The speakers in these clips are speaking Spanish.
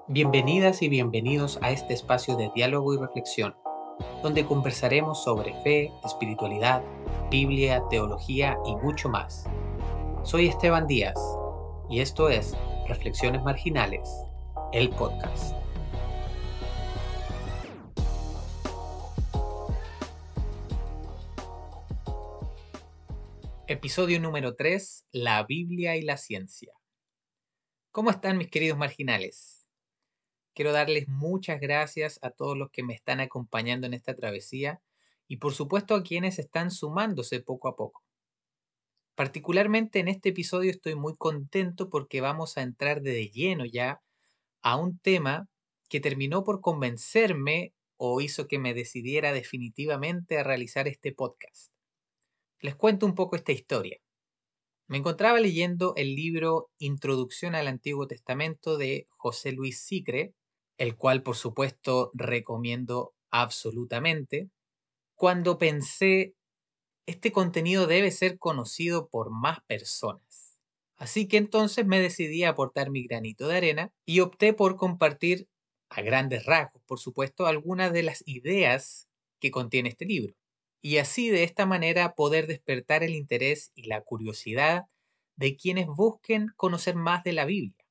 Bienvenidas y bienvenidos a este espacio de diálogo y reflexión, donde conversaremos sobre fe, espiritualidad, Biblia, teología y mucho más. Soy Esteban Díaz y esto es Reflexiones Marginales, el podcast. Episodio número 3: La Biblia y la ciencia. ¿Cómo están mis queridos marginales? Quiero darles muchas gracias a todos los que me están acompañando en esta travesía y por supuesto a quienes están sumándose poco a poco. Particularmente en este episodio estoy muy contento porque vamos a entrar de lleno ya a un tema que terminó por convencerme o hizo que me decidiera definitivamente a realizar este podcast. Les cuento un poco esta historia. Me encontraba leyendo el libro Introducción al Antiguo Testamento de José Luis Sicre, el cual por supuesto recomiendo absolutamente, cuando pensé: este contenido debe ser conocido por más personas. Así que entonces me decidí a aportar mi granito de arena y opté por compartir, a grandes rasgos, por supuesto, algunas de las ideas que contiene este libro. Y así de esta manera poder despertar el interés y la curiosidad de quienes busquen conocer más de la Biblia.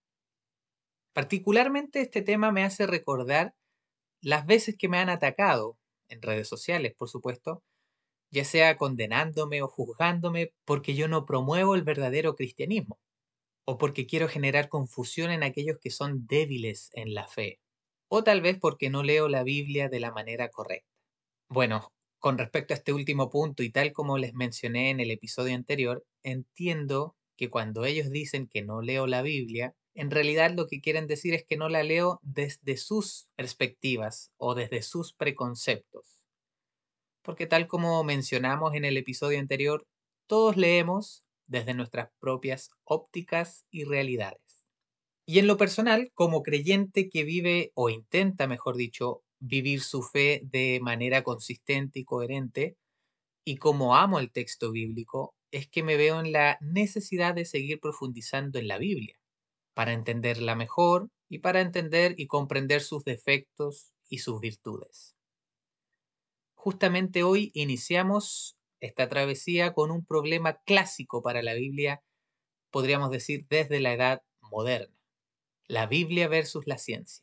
Particularmente este tema me hace recordar las veces que me han atacado, en redes sociales, por supuesto, ya sea condenándome o juzgándome porque yo no promuevo el verdadero cristianismo, o porque quiero generar confusión en aquellos que son débiles en la fe, o tal vez porque no leo la Biblia de la manera correcta. Bueno, con respecto a este último punto y tal como les mencioné en el episodio anterior, entiendo que cuando ellos dicen que no leo la Biblia, en realidad lo que quieren decir es que no la leo desde sus perspectivas o desde sus preconceptos. Porque tal como mencionamos en el episodio anterior, todos leemos desde nuestras propias ópticas y realidades. Y en lo personal, como creyente que vive o intenta, mejor dicho, vivir su fe de manera consistente y coherente, y como amo el texto bíblico, es que me veo en la necesidad de seguir profundizando en la Biblia, para entenderla mejor y para entender y comprender sus defectos y sus virtudes. Justamente hoy iniciamos esta travesía con un problema clásico para la Biblia, podríamos decir desde la edad moderna: la Biblia versus la ciencia.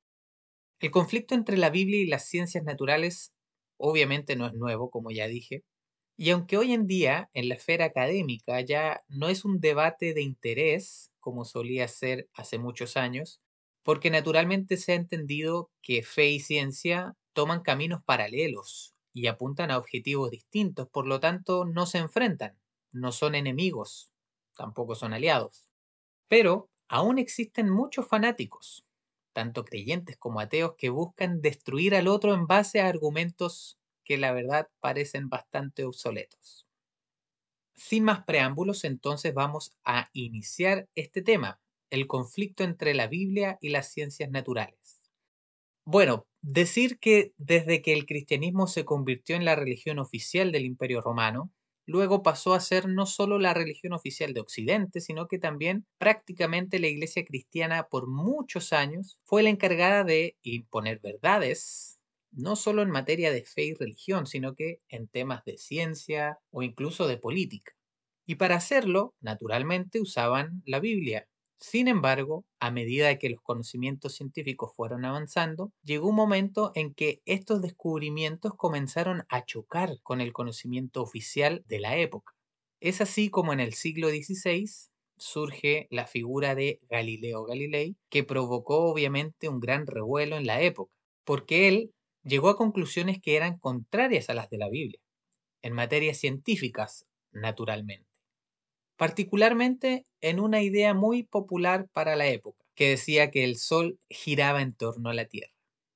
El conflicto entre la Biblia y las ciencias naturales obviamente no es nuevo, como ya dije, y aunque hoy en día en la esfera académica ya no es un debate de interés, como solía ser hace muchos años, porque naturalmente se ha entendido que fe y ciencia toman caminos paralelos y apuntan a objetivos distintos, por lo tanto no se enfrentan, no son enemigos, tampoco son aliados. Pero aún existen muchos fanáticos, tanto creyentes como ateos, que buscan destruir al otro en base a argumentos que la verdad parecen bastante obsoletos. Sin más preámbulos, entonces vamos a iniciar este tema: el conflicto entre la Biblia y las ciencias naturales. Bueno, decir que desde que el cristianismo se convirtió en la religión oficial del Imperio Romano, luego pasó a ser no solo la religión oficial de Occidente, sino que también prácticamente la Iglesia cristiana por muchos años fue la encargada de imponer verdades, no solo en materia de fe y religión, sino que en temas de ciencia o incluso de política. Y para hacerlo, naturalmente usaban la Biblia. Sin embargo, a medida que los conocimientos científicos fueron avanzando, llegó un momento en que estos descubrimientos comenzaron a chocar con el conocimiento oficial de la época. Es así como en el siglo XVI surge la figura de Galileo Galilei, que provocó obviamente un gran revuelo en la época, porque él llegó a conclusiones que eran contrarias a las de la Biblia, en materias científicas, naturalmente. Particularmente en una idea muy popular para la época, que decía que el Sol giraba en torno a la Tierra.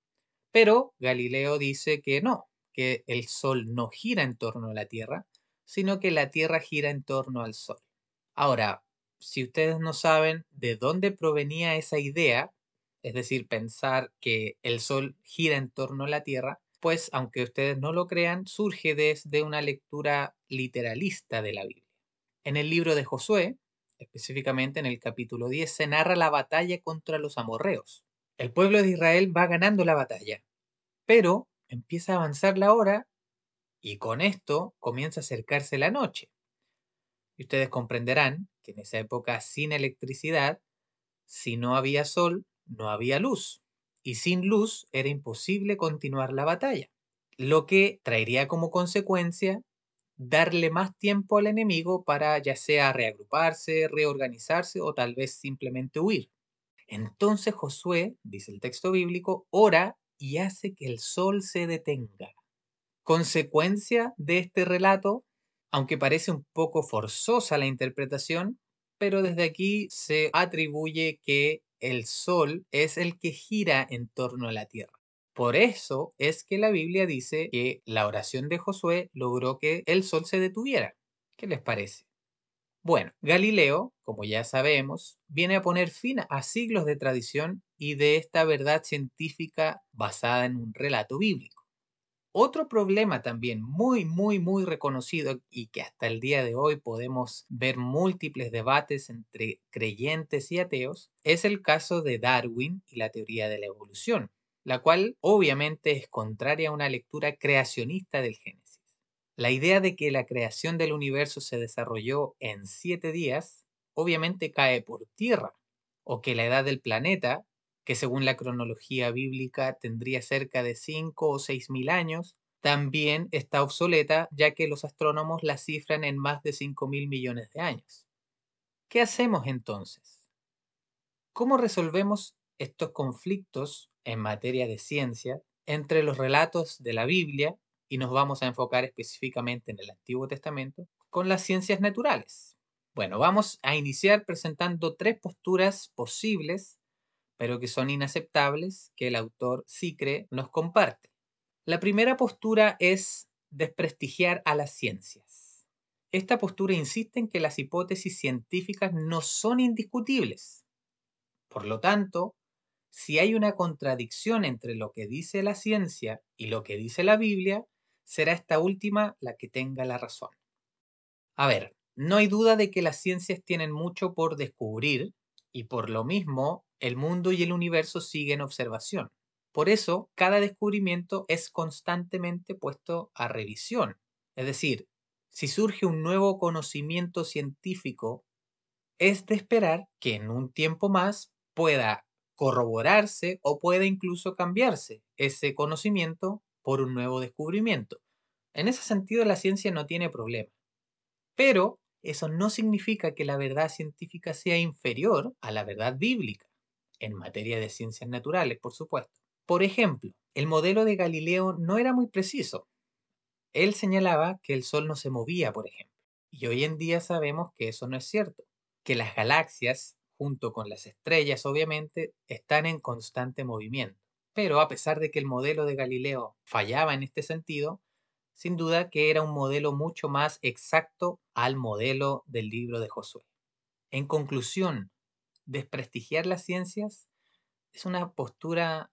Pero Galileo dice que no, que el Sol no gira en torno a la Tierra, sino que la Tierra gira en torno al Sol. Ahora, si ustedes no saben de dónde provenía esa idea, es decir, pensar que el Sol gira en torno a la Tierra, pues aunque ustedes no lo crean, surge desde una lectura literalista de la Biblia. En el libro de Josué, específicamente en el capítulo 10, se narra la batalla contra los amorreos. El pueblo de Israel va ganando la batalla, pero empieza a avanzar la hora y con esto comienza a acercarse la noche. Y ustedes comprenderán que en esa época sin electricidad, si no había sol, no había luz. Y sin luz era imposible continuar la batalla, lo que traería como consecuencia darle más tiempo al enemigo para ya sea reagruparse, reorganizarse o tal vez simplemente huir. Entonces Josué, dice el texto bíblico, ora y hace que el sol se detenga. Consecuencia de este relato, aunque parece un poco forzosa la interpretación, pero desde aquí se atribuye que el sol es el que gira en torno a la tierra. Por eso es que la Biblia dice que la oración de Josué logró que el sol se detuviera. ¿Qué les parece? Bueno, Galileo, como ya sabemos, viene a poner fin a siglos de tradición y de esta verdad científica basada en un relato bíblico. Otro problema también muy reconocido y que hasta el día de hoy podemos ver múltiples debates entre creyentes y ateos es el caso de Darwin y la teoría de la evolución, la cual obviamente es contraria a una lectura creacionista del Génesis. La idea de que la creación del universo se desarrolló en 7 días obviamente cae por tierra, o que la edad del planeta, que según la cronología bíblica tendría cerca de 5 o 6 mil años, también está obsoleta ya que los astrónomos la cifran en más de 5.000 millones de años. ¿Qué hacemos entonces? ¿Cómo resolvemos estos conflictos en materia de ciencia entre los relatos de la Biblia, y nos vamos a enfocar específicamente en el Antiguo Testamento, con las ciencias naturales? Bueno, vamos a iniciar presentando tres posturas posibles, pero que son inaceptables, que el autor Sicre nos comparte. La primera postura es desprestigiar a las ciencias. Esta postura insiste en que las hipótesis científicas no son indiscutibles. Por lo tanto, si hay una contradicción entre lo que dice la ciencia y lo que dice la Biblia, será esta última la que tenga la razón. A ver, no hay duda de que las ciencias tienen mucho por descubrir y por lo mismo el mundo y el universo siguen observación. Por eso, cada descubrimiento es constantemente puesto a revisión. Es decir, si surge un nuevo conocimiento científico, es de esperar que en un tiempo más pueda corroborarse o pueda incluso cambiarse ese conocimiento por un nuevo descubrimiento. En ese sentido, la ciencia no tiene problema. Pero eso no significa que la verdad científica sea inferior a la verdad bíblica, en materia de ciencias naturales, por supuesto. Por ejemplo, el modelo de Galileo no era muy preciso. Él señalaba que el Sol no se movía, por ejemplo. Y hoy en día sabemos que eso no es cierto, que las galaxias, junto con las estrellas, obviamente, están en constante movimiento. Pero a pesar de que el modelo de Galileo fallaba en este sentido, sin duda que era un modelo mucho más exacto al modelo del libro de Josué. En conclusión, desprestigiar las ciencias es una postura,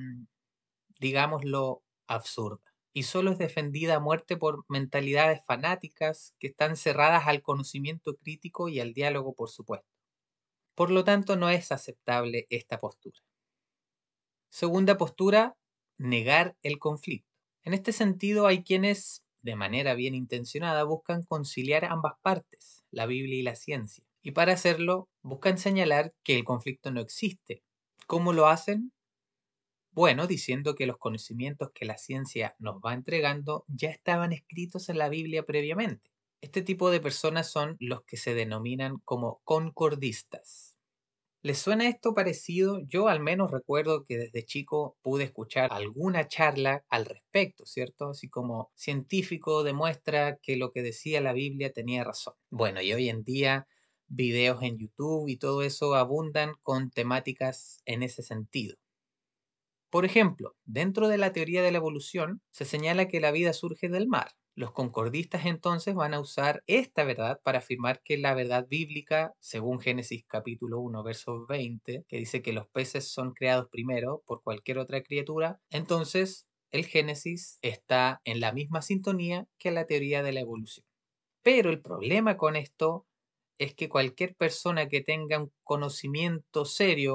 digámoslo, absurda. Y solo es defendida a muerte por mentalidades fanáticas que están cerradas al conocimiento crítico y al diálogo, por supuesto. Por lo tanto, no es aceptable esta postura. Segunda postura, negar el conflicto. En este sentido, hay quienes, de manera bien intencionada, buscan conciliar ambas partes, la Biblia y la ciencia. Y para hacerlo, buscan señalar que el conflicto no existe. ¿Cómo lo hacen? Bueno, diciendo que los conocimientos que la ciencia nos va entregando ya estaban escritos en la Biblia previamente. Este tipo de personas son los que se denominan como concordistas. ¿Les suena esto parecido? Yo al menos recuerdo que desde chico pude escuchar alguna charla al respecto, ¿cierto? Así como científico demuestra que lo que decía la Biblia tenía razón. Bueno, y hoy en día videos en YouTube y todo eso abundan con temáticas en ese sentido. Por ejemplo, dentro de la teoría de la evolución se señala que la vida surge del mar. Los concordistas entonces van a usar esta verdad para afirmar que la verdad bíblica, según Génesis capítulo 1, verso 20, que dice que los peces son creados primero por cualquier otra criatura, entonces el Génesis está en la misma sintonía que la teoría de la evolución. Pero el problema con esto es que cualquier persona que tenga un conocimiento serio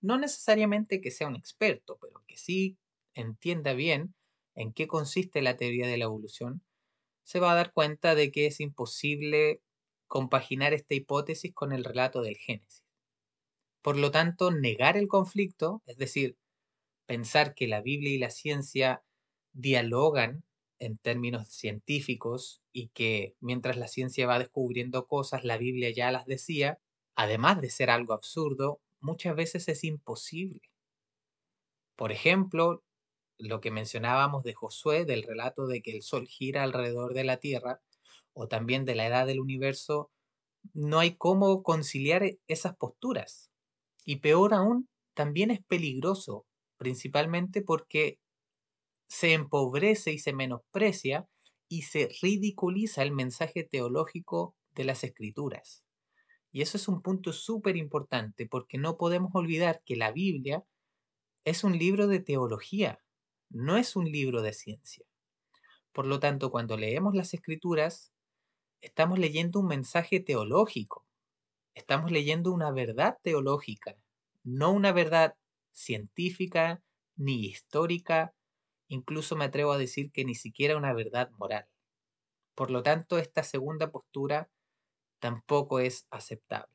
no necesariamente que sea un experto, pero que sí entienda bien en qué consiste la teoría de la evolución, se va a dar cuenta de que es imposible compaginar esta hipótesis con el relato del Génesis. Por lo tanto, negar el conflicto, es decir, pensar que la Biblia y la ciencia dialogan en términos científicos y que mientras la ciencia va descubriendo cosas, la Biblia ya las decía, además de ser algo absurdo, muchas veces es imposible. Por ejemplo, lo que mencionábamos de Josué, del relato de que el Sol gira alrededor de la Tierra, o también de la edad del universo, no hay cómo conciliar esas posturas. Y peor aún, también es peligroso, principalmente porque se empobrece y se menosprecia y se ridiculiza el mensaje teológico de las escrituras. Y eso es un punto súper importante porque no podemos olvidar que la Biblia es un libro de teología, no es un libro de ciencia. Por lo tanto, cuando leemos las escrituras, estamos leyendo un mensaje teológico, estamos leyendo una verdad teológica, no una verdad científica ni histórica, incluso me atrevo a decir que ni siquiera una verdad moral. Por lo tanto, esta segunda postura tampoco es aceptable.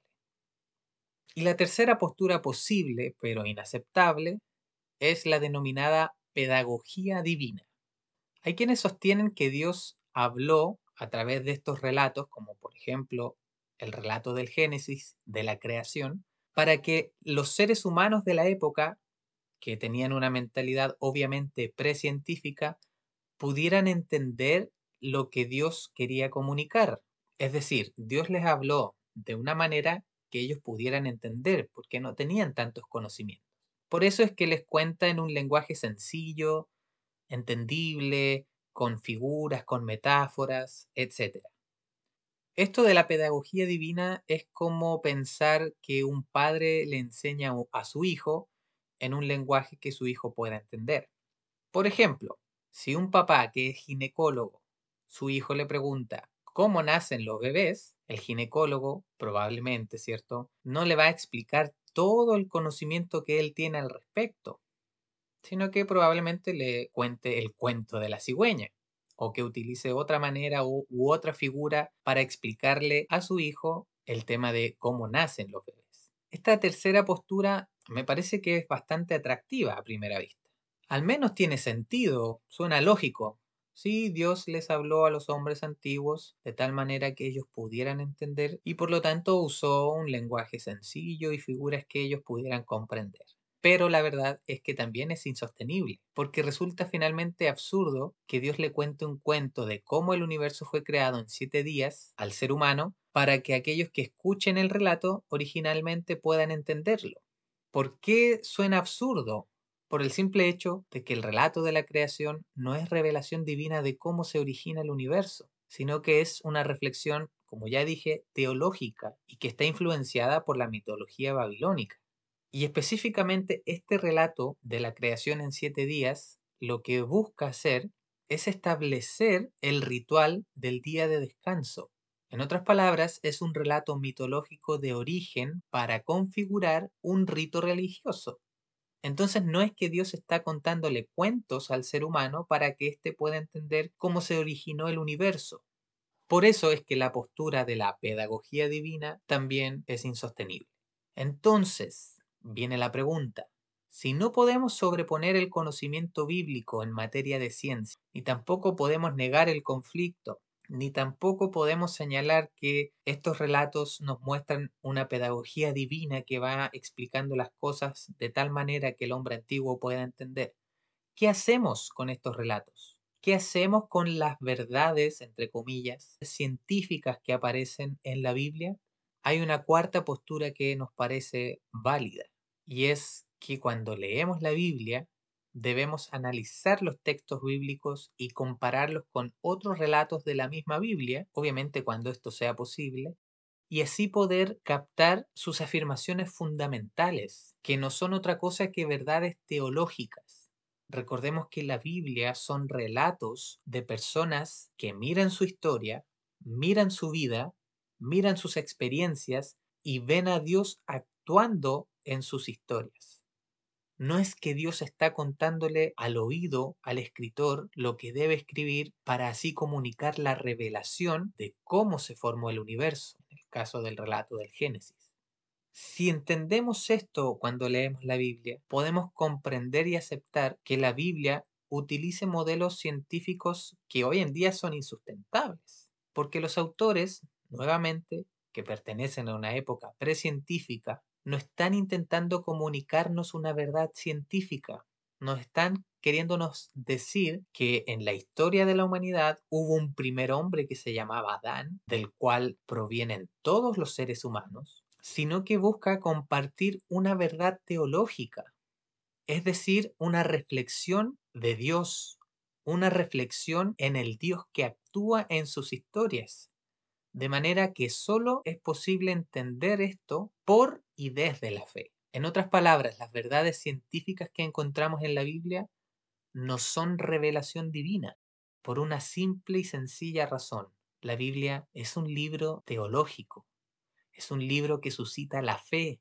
Y la tercera postura posible, pero inaceptable, es la denominada pedagogía divina. Hay quienes sostienen que Dios habló a través de estos relatos, como por ejemplo el relato del Génesis, de la creación, para que los seres humanos de la época, que tenían una mentalidad obviamente precientífica, pudieran entender lo que Dios quería comunicar. Es decir, Dios les habló de una manera que ellos pudieran entender, porque no tenían tantos conocimientos. Por eso es que les cuenta en un lenguaje sencillo, entendible, con figuras, con metáforas, etcétera. Esto de la pedagogía divina es como pensar que un padre le enseña a su hijo en un lenguaje que su hijo pueda entender. Por ejemplo, si un papá que es ginecólogo, su hijo le pregunta cómo nacen los bebés, el ginecólogo probablemente, ¿cierto? No le va a explicar todo el conocimiento que él tiene al respecto, sino que probablemente le cuente el cuento de la cigüeña o que utilice otra manera u otra figura para explicarle a su hijo el tema de cómo nacen los bebés. Esta tercera postura me parece que es bastante atractiva a primera vista. Al menos tiene sentido, suena lógico. Sí, Dios les habló a los hombres antiguos de tal manera que ellos pudieran entender y por lo tanto usó un lenguaje sencillo y figuras que ellos pudieran comprender. Pero la verdad es que también es insostenible, porque resulta finalmente absurdo que Dios le cuente un cuento de cómo el universo fue creado en 7 días al ser humano para que aquellos que escuchen el relato originalmente puedan entenderlo. ¿Por qué suena absurdo? Por el simple hecho de que el relato de la creación no es revelación divina de cómo se origina el universo, sino que es una reflexión, como ya dije, teológica y que está influenciada por la mitología babilónica. Y específicamente este relato de la creación en 7 días lo que busca hacer es establecer el ritual del día de descanso. En otras palabras, es un relato mitológico de origen para configurar un rito religioso. Entonces no es que Dios está contándole cuentos al ser humano para que éste pueda entender cómo se originó el universo. Por eso es que la postura de la pedagogía divina también es insostenible. Entonces, viene la pregunta. Si no podemos sobreponer el conocimiento bíblico en materia de ciencia, ni tampoco podemos negar el conflicto, ni tampoco podemos señalar que estos relatos nos muestran una pedagogía divina que va explicando las cosas de tal manera que el hombre antiguo pueda entender, ¿qué hacemos con estos relatos? ¿Qué hacemos con las verdades, entre comillas, científicas que aparecen en la Biblia? Hay una cuarta postura que nos parece válida y es que cuando leemos la Biblia debemos analizar los textos bíblicos y compararlos con otros relatos de la misma Biblia, obviamente cuando esto sea posible, y así poder captar sus afirmaciones fundamentales, que no son otra cosa que verdades teológicas. Recordemos que la Biblia son relatos de personas que miran su historia, miran su vida, miran sus experiencias y ven a Dios actuando en sus historias. No es que Dios está contándole al oído al escritor lo que debe escribir para así comunicar la revelación de cómo se formó el universo, en el caso del relato del Génesis. Si entendemos esto cuando leemos la Biblia, podemos comprender y aceptar que la Biblia utilice modelos científicos que hoy en día son insustentables, porque los autores, nuevamente, que pertenecen a una época precientífica, no están intentando comunicarnos una verdad científica, nos están queriéndonos decir que en la historia de la humanidad hubo un primer hombre que se llamaba Adán, del cual provienen todos los seres humanos, sino que busca compartir una verdad teológica, es decir, una reflexión de Dios, una reflexión en el Dios que actúa en sus historias. De manera que solo es posible entender esto por y desde la fe. En otras palabras, las verdades científicas que encontramos en la Biblia no son revelación divina, por una simple y sencilla razón. La Biblia es un libro teológico, es un libro que suscita la fe,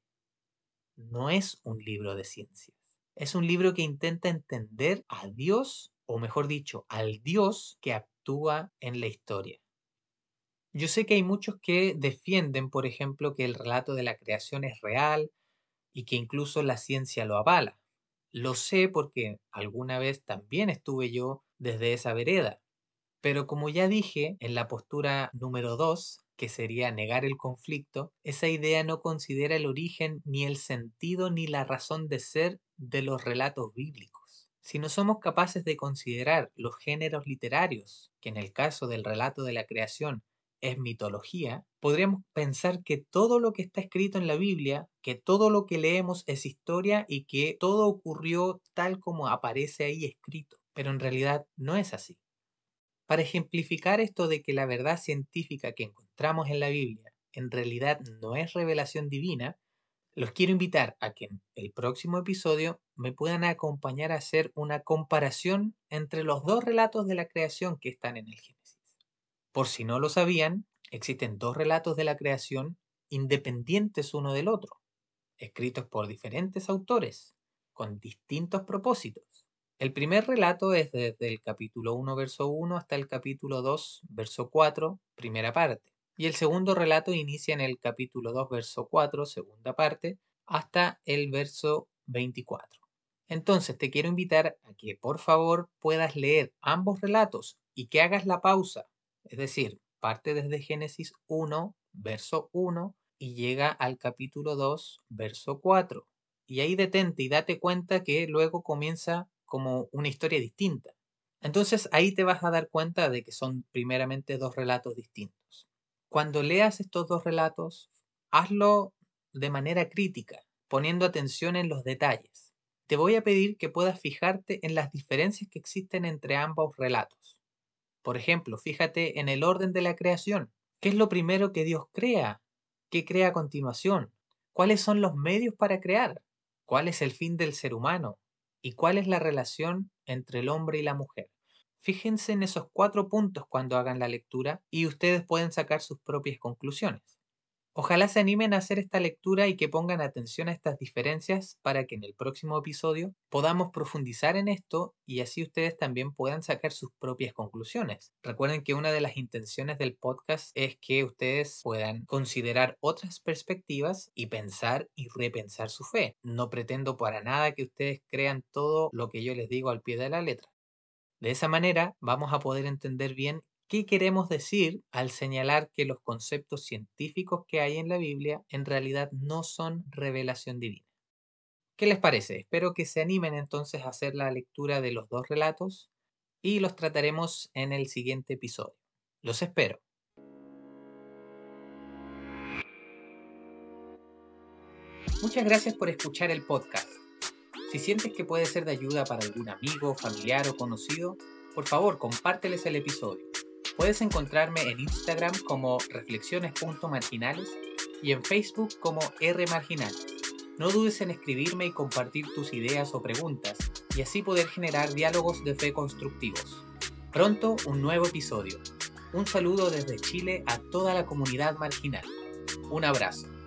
no es un libro de ciencias. Es un libro que intenta entender a Dios, o mejor dicho, al Dios que actúa en la historia. Yo sé que hay muchos que defienden, por ejemplo, que el relato de la creación es real y que incluso la ciencia lo avala. Lo sé porque alguna vez también estuve yo desde esa vereda. Pero como ya dije en la postura número 2, que sería negar el conflicto, esa idea no considera el origen, ni el sentido, ni la razón de ser de los relatos bíblicos. Si no somos capaces de considerar los géneros literarios, que en el caso del relato de la creación es mitología, podríamos pensar que todo lo que está escrito en la Biblia, que todo lo que leemos es historia y que todo ocurrió tal como aparece ahí escrito. Pero en realidad no es así. Para ejemplificar esto de que la verdad científica que encontramos en la Biblia en realidad no es revelación divina, los quiero invitar a que en el próximo episodio me puedan acompañar a hacer una comparación entre los dos relatos de la creación que están en el Génesis. Por si no lo sabían, existen dos relatos de la creación independientes uno del otro, escritos por diferentes autores, con distintos propósitos. El primer relato es desde el capítulo 1, verso 1 hasta el capítulo 2, verso 4, primera parte. Y el segundo relato inicia en el capítulo 2, verso 4, segunda parte, hasta el verso 24. Entonces te quiero invitar a que por favor puedas leer ambos relatos y que hagas la pausa, es decir, parte desde Génesis 1, verso 1 y llega al capítulo 2, verso 4. Y ahí detente y date cuenta que luego comienza como una historia distinta. Entonces ahí te vas a dar cuenta de que son primeramente dos relatos distintos. Cuando leas estos dos relatos, hazlo de manera crítica, poniendo atención en los detalles. Te voy a pedir que puedas fijarte en las diferencias que existen entre ambos relatos. Por ejemplo, fíjate en el orden de la creación. ¿Qué es lo primero que Dios crea? ¿Qué crea a continuación? ¿Cuáles son los medios para crear? ¿Cuál es el fin del ser humano? ¿Y cuál es la relación entre el hombre y la mujer? Fíjense en esos 4 puntos cuando hagan la lectura y ustedes pueden sacar sus propias conclusiones. Ojalá se animen a hacer esta lectura y que pongan atención a estas diferencias para que en el próximo episodio podamos profundizar en esto y así ustedes también puedan sacar sus propias conclusiones. Recuerden que una de las intenciones del podcast es que ustedes puedan considerar otras perspectivas y pensar y repensar su fe. No pretendo para nada que ustedes crean todo lo que yo les digo al pie de la letra. De esa manera vamos a poder entender bien qué queremos decir al señalar que los conceptos científicos que hay en la Biblia en realidad no son revelación divina. ¿Qué les parece? Espero que se animen entonces a hacer la lectura de los dos relatos y los trataremos en el siguiente episodio. Los espero. Muchas gracias por escuchar el podcast. Si sientes que puede ser de ayuda para algún amigo, familiar o conocido, por favor compárteles el episodio. Puedes encontrarme en Instagram como reflexiones.marginales y en Facebook como rmarginales. No dudes en escribirme y compartir tus ideas o preguntas y así poder generar diálogos de fe constructivos. Pronto un nuevo episodio. Un saludo desde Chile a toda la comunidad marginal. Un abrazo.